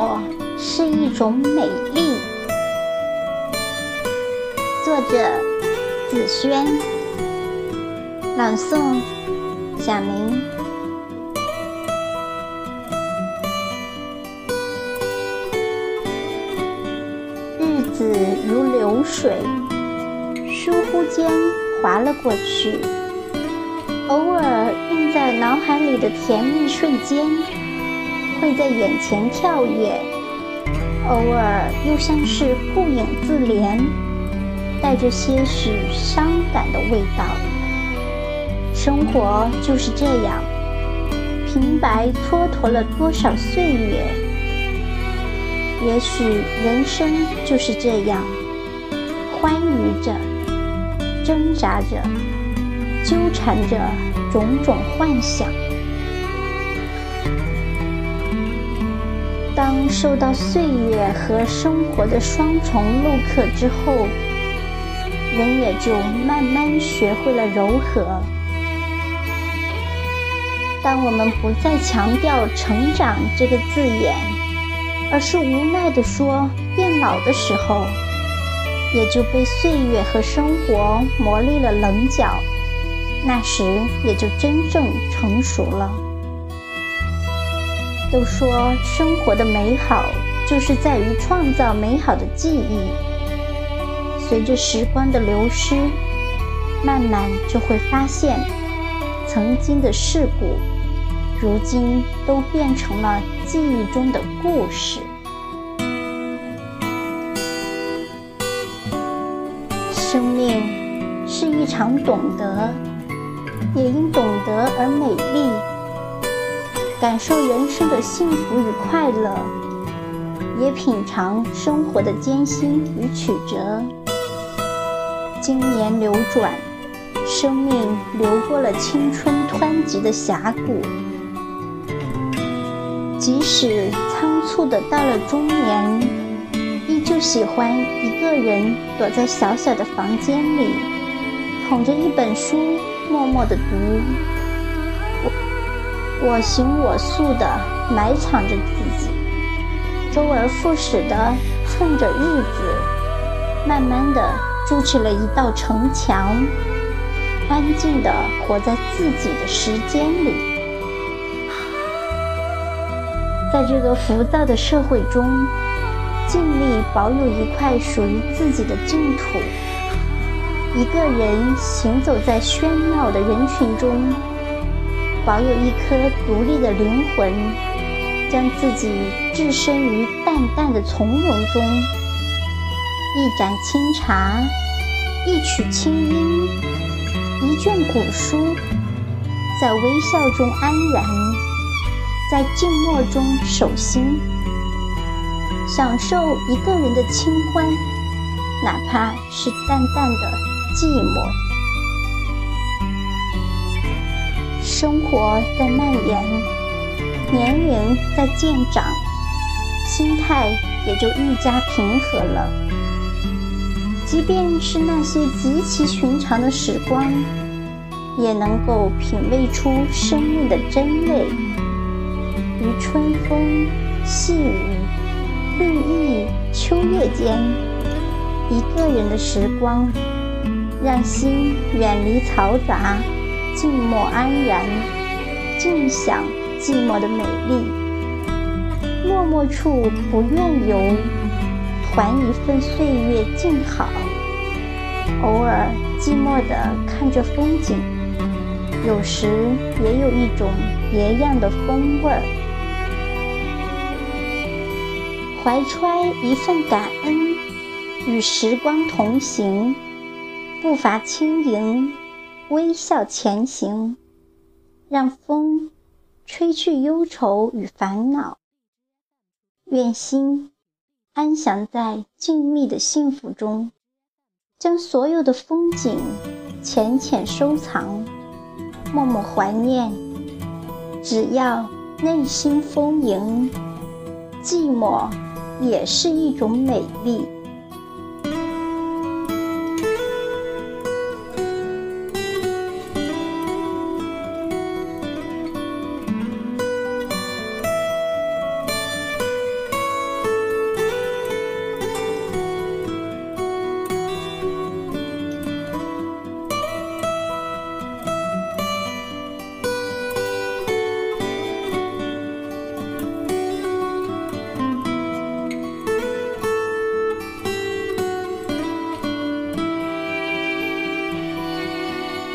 寞是一种美丽。作者子轩，朗诵小明。日子如流水，疏忽间划了过去，偶尔印在脑海里的甜蜜瞬间会在眼前跳跃，偶尔又像是顾影自怜，带着些许伤感的味道。生活就是这样，平白蹉跎了多少岁月。也许人生就是这样，欢愉着，挣扎着，纠缠着种种幻想。当受到岁月和生活的双重镂刻之后，人也就慢慢学会了柔和。当我们不再强调成长这个字眼，而是无奈地说变老的时候，也就被岁月和生活磨砺了棱角，那时也就真正成熟了。都说生活的美好就是在于创造美好的记忆，随着时光的流失，慢慢就会发现曾经的事故如今都变成了记忆中的故事。生命是一场懂得，也因懂得而美丽。感受人生的幸福与快乐，也品尝生活的艰辛与曲折。经年流转，生命流过了青春湍急的峡谷，即使仓促地到了中年，依旧喜欢一个人躲在小小的房间里，捧着一本书默默地读，我行我素地埋藏着自己，周而复始地蹭着日子，慢慢地筑起了一道城墙，安静地活在自己的时间里。在这个浮躁的社会中，尽力保有一块属于自己的净土。一个人行走在喧闹的人群中，保有一颗独立的灵魂，将自己置身于淡淡的从容中。一盏清茶，一曲清音，一卷古书，在微笑中安然，在静默中守心，享受一个人的清欢，哪怕是淡淡的寂寞。生活在蔓延，年龄在渐长，心态也就愈加平和了。即便是那些极其寻常的时光，也能够品味出生命的真味。于春风细雨、绿意、秋叶间，一个人的时光，让心远离嘈杂，静默安然，静享寂寞的美丽。落寞处不愿游，团一份岁月静好。偶尔寂寞地看着风景，有时也有一种别样的风味儿。怀揣一份感恩，与时光同行，步伐轻盈，微笑前行，让风吹去忧愁与烦恼。愿心安详在静谧的幸福中，将所有的风景浅浅收藏，默默怀念。只要内心丰盈，寂寞也是一种美丽。